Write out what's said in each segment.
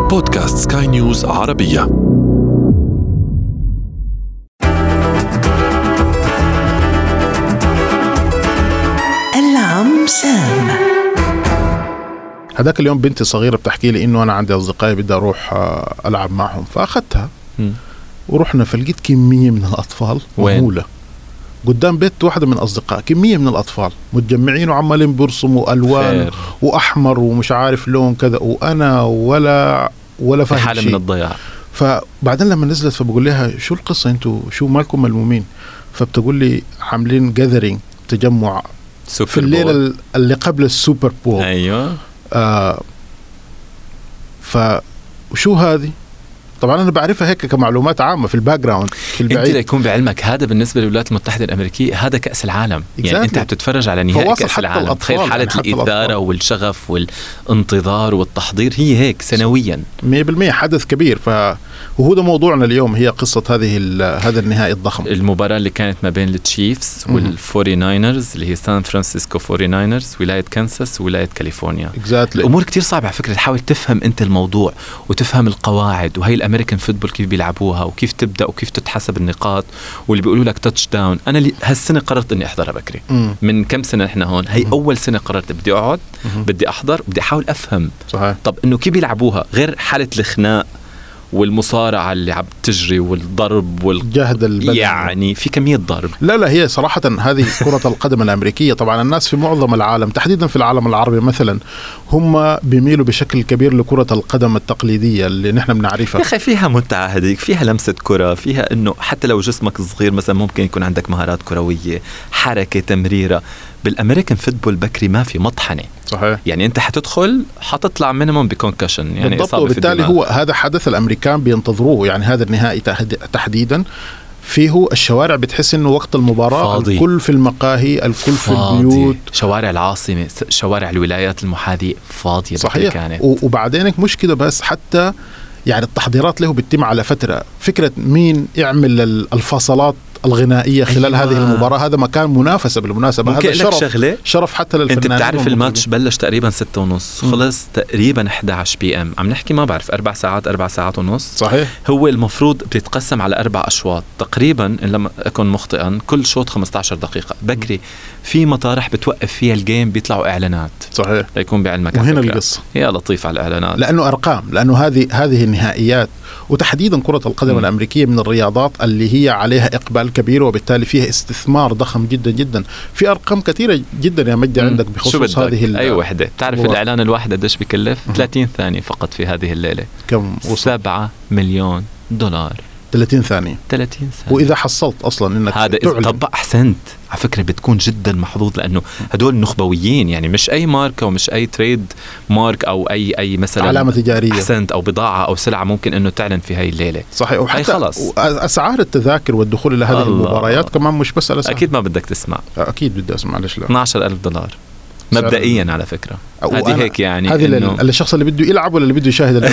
بودكاست سكاي نيوز عربية. العم سام. هذاك اليوم بنتي صغيرة بتحكي لي إنه أنا عندي أصدقائي بدي أروح ألعب معهم، فأخذتها ورحنا، فلقيت كمية من الأطفال مهولة قدام بيت واحدة من أصدقاء، كمية من الأطفال متجمعين وعمالين بيرسموا ألوان وأحمر ومش عارف لون كذا، وأنا ولا فاهم حالة من الضياع. فبعدين لما نزلت فبقول لها شو القصة، انتوا شو مالكم ملمومين؟ فبتقول لي عاملين جاذرينج، تجمع في الليلة اللي قبل السوبر بول. أيوة. فشو هذه؟ طبعا أنا بعرفها هيك كمعلومات عامة في الباك جراوند في البعيد. أنت ليكون بعلمك هذا بالنسبة للولايات المتحدة الأمريكية هذا كأس العالم. يعني أنت بتتفرج على نهائي كأس العالم، تخيل حالة الإثارة والشغف والانتظار والتحضير هي هيك سنويا 100% حدث كبير. وهو ده موضوعنا اليوم، هي قصة هذا النهائي الضخم، المباراة اللي كانت ما بين التشيفز والفوري ناينرز اللي هي سان فرانسيسكو فوري ناينرز، ولاية كانساس ولاية كاليفورنيا. الأمور كتير صعبة على فكرة، تحاول تفهم أنت الموضوع وتفهم القواعد، وهي الأمريكان فوتبول كيف بيلعبوها وكيف تبدأ وكيف تتحسب النقاط، واللي بيقولوا لك تاتش داون. أنا هالسنة قررت إني أحضرها بكري. من كم سنة إحنا هون، هي أول سنة قررت بدي أقعد، بدي أحضر، بدي أحاول أفهم. صحيح. طب إنه كيف بيلعبوها غير حالة الخناق والمصارعة اللي عم تجري والضرب والجهد البدني، يعني في كمية ضرب. لا هي صراحة هذه كرة القدم الأمريكية. طبعا الناس في معظم العالم تحديدا في العالم العربي مثلا هم بيميلوا بشكل كبير لكرة القدم التقليدية اللي نحن بنعرفها. يا أخي فيها متعة هذيك، فيها لمسة كرة، فيها إنه حتى لو جسمك صغير مثلا ممكن يكون عندك مهارات كروية، حركة، تمريرة. بالأمريكان فوتبول بكري ما في مطحنة. صحيح. يعني أنت حتدخل حتطلع مينيموم بكونكشن، يعني بالضبط. وبالتالي هو هذا حدث الأمريكان بينتظروه، يعني هذا النهائي تحديدا فيه الشوارع بتحس إنه وقت المباراة فاضي. الكل في المقاهي، الكل في البيوت، شوارع العاصمة، شوارع الولايات المحاذية فاضية. صحيح. كانت وبعدينك مش كده بس، حتى يعني التحضيرات له بتتم على فترة. فكرة مين يعمل الفصلات الغنائية خلال هذه المباراة، هذا مكان منافسة بالمناسبة. هذا شرف حتى للفنانين. انت بتعرف الماتش بلش تقريبا 6:30 خلص تقريبا 11 PM. عم نحكي ما بعرف 4 ساعات ونص. صحيح. هو المفروض بيتقسم على 4 أشواط تقريبا إن لم أكن مخطئا، كل شوط 15 دقيقة. بكري في مطارح بتوقف فيها الجيم بيطلعوا إعلانات. صحيح. ليكون بعلمك. وهنا القصة يا لطيف على الإعلانات، لأنه أرقام، لأنه هذه النهائيات وتحديدا كرة القدم الأمريكية من الرياضات اللي هي عليها إقبال كبير، وبالتالي فيها استثمار ضخم جدا جدا. في أرقام كثيرة جدا يا مجدي عندك بخصوص هذه أي وحدة. تعرف الإعلان الواحد قديش بيكلف؟ 30 ثانية فقط في هذه الليلة. كم؟ 7 مليون دولار. 30 ثانية. وإذا حصلت أصلا إنك هذا طب أحسنت على فكرة بتكون جدا محظوظ، لأنه هدول نخبويين، يعني مش أي ماركة ومش أي تريد مارك أو أي مثلا علامة تجارية أحسنت أو بضاعة أو سلعة ممكن إنه تعلن في هاي الليلة. صحيح. وحتى خلص أسعار التذاكر والدخول إلى هذه المباريات كمان مش بس الأسعار. أكيد ما بدك تسمع. أكيد بدي أسمع. ليش لا؟ 12,000 دولار مبدئيا على فكرة. هذه هيك يعني هذه الشخص اللي بده يلعب ولا اللي بده يشاهد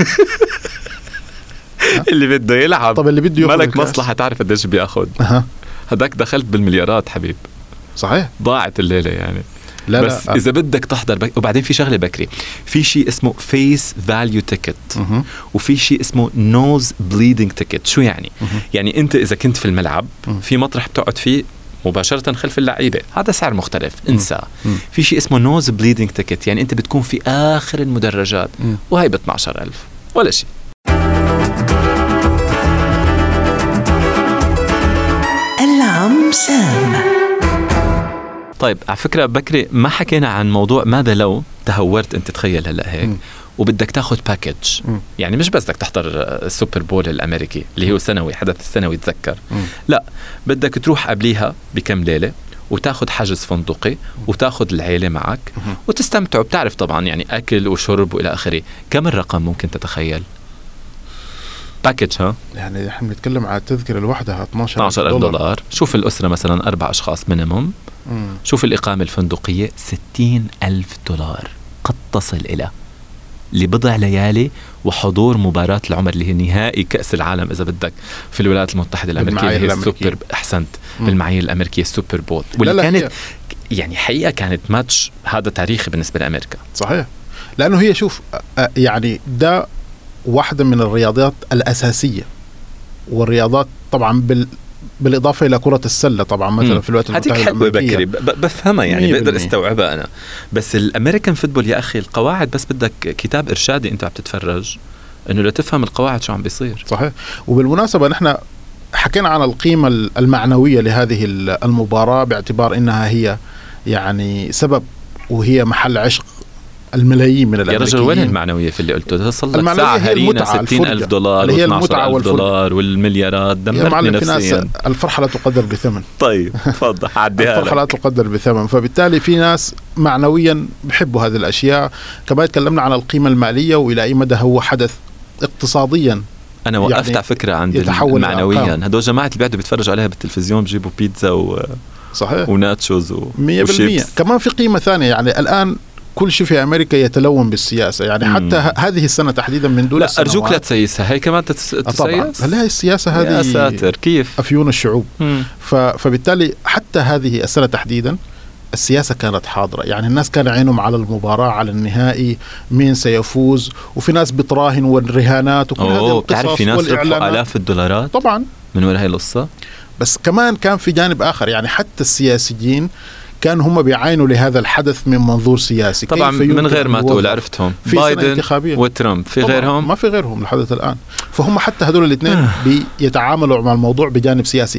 اللي بده يلعب. طب اللي بده ياخذ مالك مصلحة تعرف قديش بياخذ. هداك دخلت بالمليارات حبيب. صحيح. ضاعت الليلة يعني. بس لا. إذا بدك تحضر وبعدين في شغلة بكري، في شيء اسمه فيس فاليو تيكت وفي شيء اسمه نوز بليدنج تيكت. شو يعني؟ يعني أنت إذا كنت في الملعب في مطرح بتقعد فيه مباشرة خلف اللعيبة، هذا سعر مختلف انسى. في شيء اسمه نوز بليدنج تيكت، يعني أنت بتكون في آخر المدرجات وهي ب12,000 ولا شيء. العم سام. طيب على فكرة بكري ما حكينا عن موضوع ماذا لو تهورت أنت، تخيل هلأ هيك وبدك تاخد باكيج. يعني مش بس بدك تحضر السوبر بول الأمريكي اللي هو سنوي، حدث السنوي تذكر. لا، بدك تروح قبليها بكم ليلة وتاخد حجز فندقي وتاخد العيلة معك وتستمتعوا. بتعرف طبعا يعني أكل وشرب وإلى آخره. كم الرقم ممكن تتخيل؟ باكيج يعني احنا بنتكلم على التذكرة الواحدة 12,000 دولار. شوف الأسرة مثلا 4 أشخاص مينيموم. شوف الإقامة الفندقية 60,000 دولار قد تصل إلى لبضع ليالي وحضور مباراة العمر اللي هي نهائي كأس العالم إذا بدك في الولايات المتحدة الأمريكية، هي السوبر. أحسنت. بالمعايير الأمريكية السوبر بول، واللي كانت يعني حقيقة كانت ماتش هذا تاريخي بالنسبة لأمريكا. صحيح. لأنه هي شوف يعني ده واحدة من الرياضات الأساسية، والرياضات طبعا بالإضافة إلى كرة السلة طبعا مثلا في الولايات المتحدة الأمريكية. بكري بفهمها يعني بقدر استوعبها أنا، بس الأمريكان فوتبول يا أخي القواعد بس بدك كتاب إرشادي أنت عم تتفرج إنه لا تفهم القواعد شو عم بيصير. صحيح. وبالمناسبة نحن حكينا عن القيمة المعنوية لهذه المباراة باعتبار إنها هي يعني سبب وهي محل عشق الملايين من الأمريكيين. يا رجل وين المعنوية في اللي قلته؟ تصل لك ساعة هي هرينا $60,000 $12,000 والمليارات دمرتني نفسيا. الفرحة لا تقدر بثمن. طيب تفضل عديها. الفرحة لا تقدر بثمن، فبالتالي في ناس معنويا بحبوا هذه الأشياء. كمان تكلمنا عن القيمة المالية وإلى أي مدى هو حدث اقتصاديا. أنا وقفت يعني على فكرة عند المعنويا. هدول جماعة اللي بيقعدوا بيتفرجوا عليها بالتلفزيون بيجيبوا بيتزا صحيح وناتشوز 100%. كمان في قيمة ثانية، يعني الآن كل شيء في أمريكا يتلون بالسياسة، يعني حتى هذه السنة تحديدا من دون لا أرجوك لا تسيسها، هي كمان تسيس. طبعا هل هي السياسة هذه يا ساتر كيف أفيون الشعوب. فبالتالي حتى هذه السنة تحديدا السياسة كانت حاضرة، يعني الناس كان عينهم على المباراة، على النهائي مين سيفوز، وفي ناس بتراهن والرهانات وكل هذه القصص. بتعرف في ناس ربحوا آلاف الدولارات طبعا من وراء هاي القصة. بس كمان كان في جانب آخر، يعني حتى السياسيين كانوا هم بيعاينوا لهذا الحدث من منظور سياسي طبعا من غير ما تقول عرفتهم بايدن وترامب في غيرهم ما في غيرهم لحد الآن. فهم حتى هذول الاثنين بيتعاملوا مع الموضوع بجانب سياسي.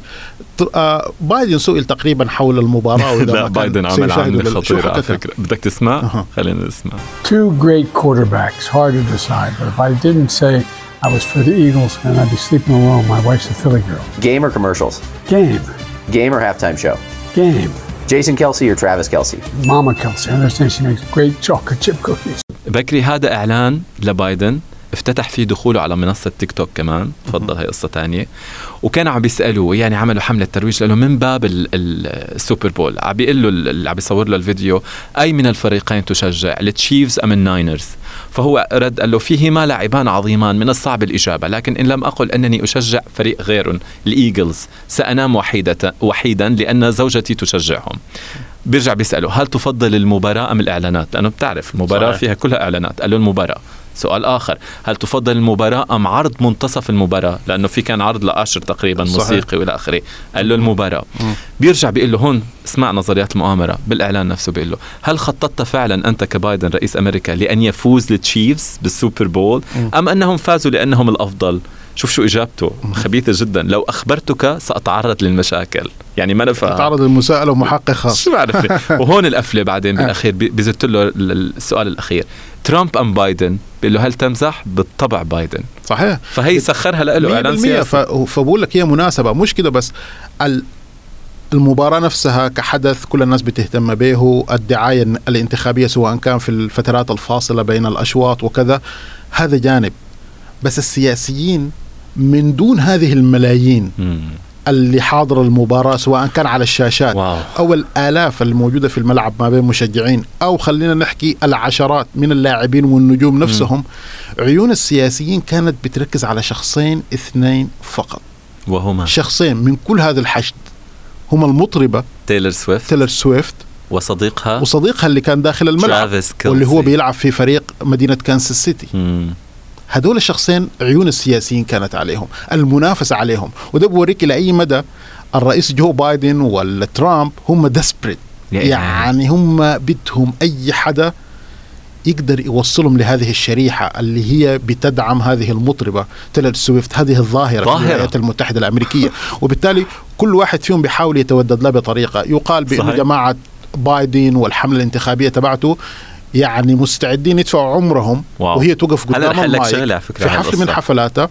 بايدن سئل تقريبا حول المباراة لا بايدن عمل عملة خطيرة على فكرة. بدك تسمع؟ خلينا نسمع. Two great quarterbacks, hard to decide, but if I didn't say I was for the Eagles and I'd be sleeping alone, my wife's a Philly girl. Game or commercials? Game. Game or halftime show? Game. Jason Kelce or Travis Kelce? Mama Kelce. I understand she makes great chocolate chip cookies. بكري هذا إعلان لبايدن افتتح فيه دخوله على منصة تيك توك كمان. تفضل هاي قصة تانية. وكانوا عم بيسألوه يعني عملوا حملة ترويج له من باب السوبر بول. عم بيقول له اللي عم بيصور له الفيديو أي من الفريقين تشجع، التشيفز أم الناينرز؟ فهو رد قال له فيهما لاعبان عظيمان من الصعب الإجابة، لكن إن لم أقل أنني أشجع فريق غير الإيجلز سأنام وحيدا لأن زوجتي تشجعهم. بيرجع بيسأله هل تفضل المباراة أم الإعلانات؟ لأنه بتعرف المباراة صحيح. فيها كلها إعلانات. قال له المباراة. سؤال آخر هل تفضل المباراة أم عرض منتصف المباراة؟ لأنه في كان عرض لآشر تقريبا صحيح. موسيقي وإلى آخره. قال له المباراة. بيرجع بيقول له هون اسمع نظريات المؤامرة بالإعلان نفسه. بيقول له هل خططت فعلا أنت كبايدن رئيس أمريكا لأن يفوز التشيفز بالسوبر بول أم أنهم فازوا لأنهم الأفضل؟ شوف شو إجابته خبيثة جدا. لو أخبرتك سأتعرض للمشاكل. يعني ما نفع تعرض للمساءلة ومحقق خاص. شو بعرف. وهون القفلة بعدين بالأخير بيزت له السؤال الأخير ترامب أم بايدن؟ بيقول له هل تمزح؟ بالطبع بايدن. صحيح. فهي سخرها له إعلان سياسي. فبقول لك هي مناسبة مش كده بس. المباراة نفسها كحدث كل الناس بتهتم به، الدعاية الانتخابية سواء كان في الفترات الفاصلة بين الأشواط وكذا، هذا جانب. بس السياسيين من دون هذه الملايين اللي حاضر المباراة سواء كان على الشاشات أو الآلاف الموجودة في الملعب ما بين مشجعين أو خلينا نحكي العشرات من اللاعبين والنجوم نفسهم، عيون السياسيين كانت بتركز على شخصين اثنين فقط، وهما شخصين من كل هذا الحشد، هما المطربة تايلر سويفت وصديقها اللي كان داخل الملعب واللي هو بيلعب في فريق مدينة كانساس سيتي. هدول الشخصين عيون السياسيين كانت عليهم، المنافسة عليهم. وده بوريك إلى أي مدى الرئيس جو بايدن ولا ترامب هم ديسبريت، يعني هم بدهم أي حدا يقدر يوصلهم لهذه الشريحة اللي هي بتدعم هذه المطربة تايلر سويفت، هذه الظاهرة في الولايات المتحدة الأمريكية. وبالتالي كل واحد فيهم بيحاول يتودد له بطريقة. يقال بأن جماعة بايدن والحملة الانتخابية تبعته يعني مستعدين يدفعوا عمرهم وهي توقف قدام المايك في حفل من حفلاتها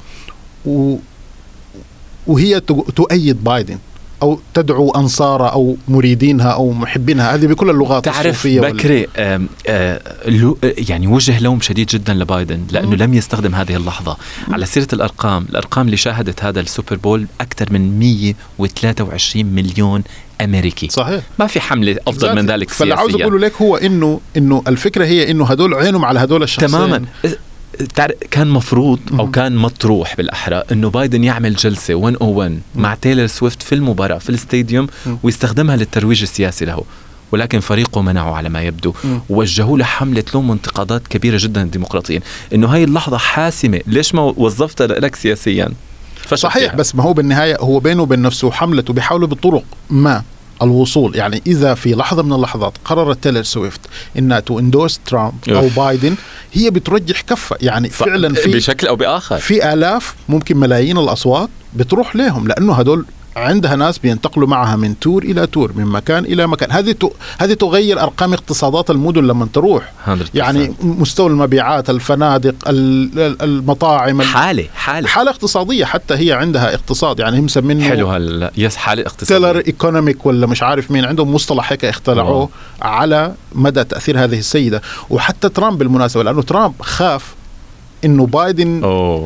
وهي تؤيد بايدن أو تدعو أنصارها أو مريدينها أو محبينها. هذه بكل اللغات الصوفية. تعرف بكري يعني وجه لوم شديد جدا لبايدن لأنه لم يستخدم هذه اللحظة. على سيرة الأرقام اللي شاهدت هذا السوبر بول أكثر من 123 مليون أمريكي. صحيح. ما في حملة أفضل من ذلك سياسيا. فاللي عاوز أقوله لك هو إنه الفكرة هي إنه هدول عينهم على هدول الشخصين تماما. كان مفروض أو كان مطروح بالأحرى إنه بايدن يعمل جلسة 101 مع تايلر سويفت في المباراة في الاستاديوم ويستخدمها للترويج السياسي له. ولكن فريقه منعه على ما يبدو، ووجهوا له حملة لوم وانتقادات كبيرة جدا الديمقراطيين، إنه هاي اللحظة حاسمة، ليش ما وظفتها لك سياسيا؟ صحيح فيها. بس ما هو بالنهاية هو بينه وبين نفسه حملته بيحاولوا بطرق ما الوصول. يعني إذا في لحظة من اللحظات قررت تايلور سويفت إنها تو اندورس ترامب أو بايدن، هي بترجح كفة. يعني فعلا في بشكل أو بآخر في آلاف ممكن ملايين الأصوات بتروح لهم، لأنه هدول عندها ناس بينتقلوا معها من تور إلى تور، من مكان إلى مكان. هذه تغير أرقام اقتصادات المدن لما تروح. يعني مستوى المبيعات، الفنادق، المطاعم، حالة اقتصادية حتى هي عندها اقتصاد. يعني هم مسمينه حلو حالة اقتصادية، تيلر ايكونوميك ولا مش عارف مين، عندهم مصطلح هيك اخترعوه على مدى تأثير هذه السيدة. وحتى ترامب بالمناسبة، لأنه ترامب خاف إنه بايدن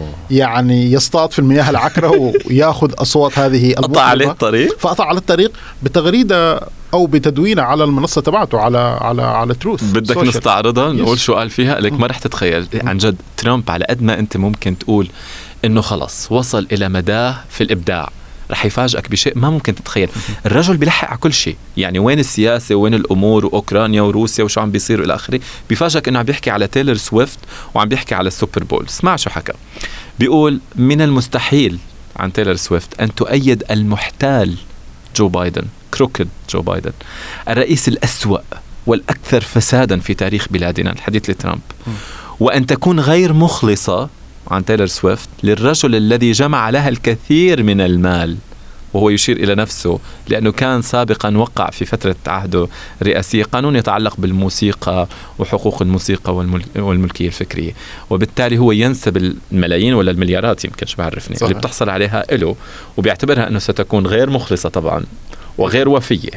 يعني يصطاد في المياه العكرة ويأخذ أصوات هذه قطع عليه الطريق، فقطع على الطريق بتغريدة أو بتدوينة على المنصة تبعته على تروث. بدك نستعرضها نقول شو قال فيها؟ لك ما رح تتخيل عن جد ترامب على قد ما أنت ممكن تقول إنه خلص وصل إلى مداه في الإبداع، رح يفاجئك بشيء ما ممكن تتخيل. الرجل بيلحق على كل شيء، يعني وين السياسة وين الأمور وأوكرانيا وروسيا وشو عم بيصير إلى آخره. بيفاجئك إنه عم بيحكي على تايلور سويفت وعم بيحكي على السوبر بول. اسمع شو حكى، بيقول من المستحيل عن تايلور سويفت أن تؤيد المحتال جو بايدن، كروكد جو بايدن، الرئيس الأسوأ والأكثر فسادا في تاريخ بلادنا، الحديث لترامب، وأن تكون غير مخلصة عن تايلور سويفت للرجل الذي جمع لها الكثير من المال، وهو يشير إلى نفسه لأنه كان سابقا وقع في فترة عهده رئاسية قانون يتعلق بالموسيقى وحقوق الموسيقى والملكية الفكرية، وبالتالي هو ينسب الملايين ولا المليارات يمكن شو بعرفني اللي بتحصل عليها له، وبيعتبرها أنه ستكون غير مخلصة طبعا وغير وفية،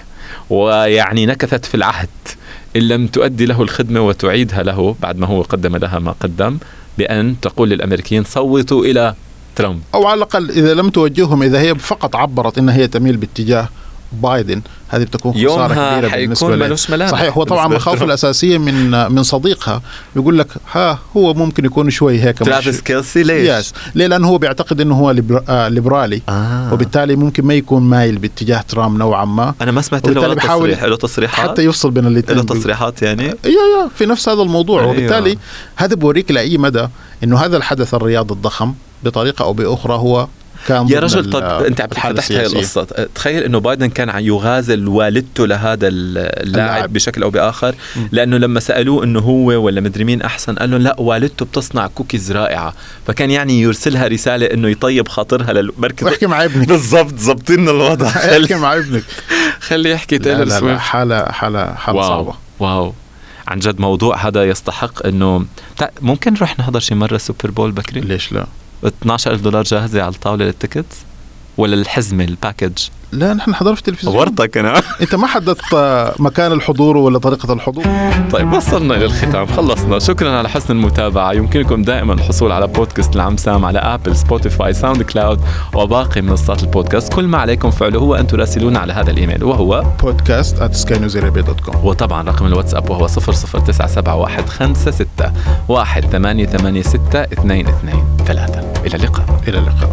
ويعني نكثت في العهد إن لم تؤدي له الخدمة وتعيدها له بعد ما هو قدم لها ما قدم، بأن تقول للأمريكيين صوتوا إلى ترامب، أو على الأقل إذا لم توجههم، إذا هي فقط عبرت إنها هي تميل باتجاه بايدن، هذه بتكون خسارة كبيرة بالنسبة له. صحيح. هو طبعا الخوف الأساسية من صديقها بيقول لك هو ممكن يكون شوي هيك ترافيس كيلسي. ليه؟ لأنه هو بيعتقد إنه هو ليبرالي، وبالتالي ممكن ما يكون مايل باتجاه ترامب نوعا ما. أنا ما سمعت له تصريحات حتى يفصل بين الاثنين، له تصريحات يعني في نفس هذا الموضوع. وبالتالي هذا بوريك لأي مدى إنه هذا الحدث الرياضي الضخم بطريقة أو بأخرى هو كان يا رجل. طب أنت فتحت هاي القصة، تخيل إنه بايدن كان يغازل والدته لهذا اللاعب بشكل أو بآخر، لأنه لما سألوه إنه هو ولا مدري مين أحسن، قال لهم لا والدته بتصنع كوكيز رائعة، فكان يعني يرسلها رسالة إنه يطيب خاطرها للمركز. احكي مع ابنك بالضبط، زبطين الوضع. احكي مع ابنك خلي يحكي تايلور سويفت. حالة صعبة. واو عن جد موضوع هذا يستحق إنه ممكن نروح نحضر شي مرة سوبر بول بكري. ليش لا؟ $12,000 جاهزة على الطاولة للتيكت ولا الحزمة الباكج؟ لا نحن حضر في التلفزيون. ورطك أنا. أنت ما حددت مكان الحضور ولا طريقة الحضور. طيب وصلنا إلى الختام، خلصنا. شكرا على حسن المتابعة. يمكنكم دائما الحصول على بودكاست العم سام على آبل، سبوتيفاي، ساوند كلاود وباقي منصات البودكاست. كل ما عليكم فعله هو أن تراسلونا على هذا الإيميل، وهو podcast@skynewsarabia.com، وطبعا رقم الواتساب وهو 0097156188862223. إلى اللقاء.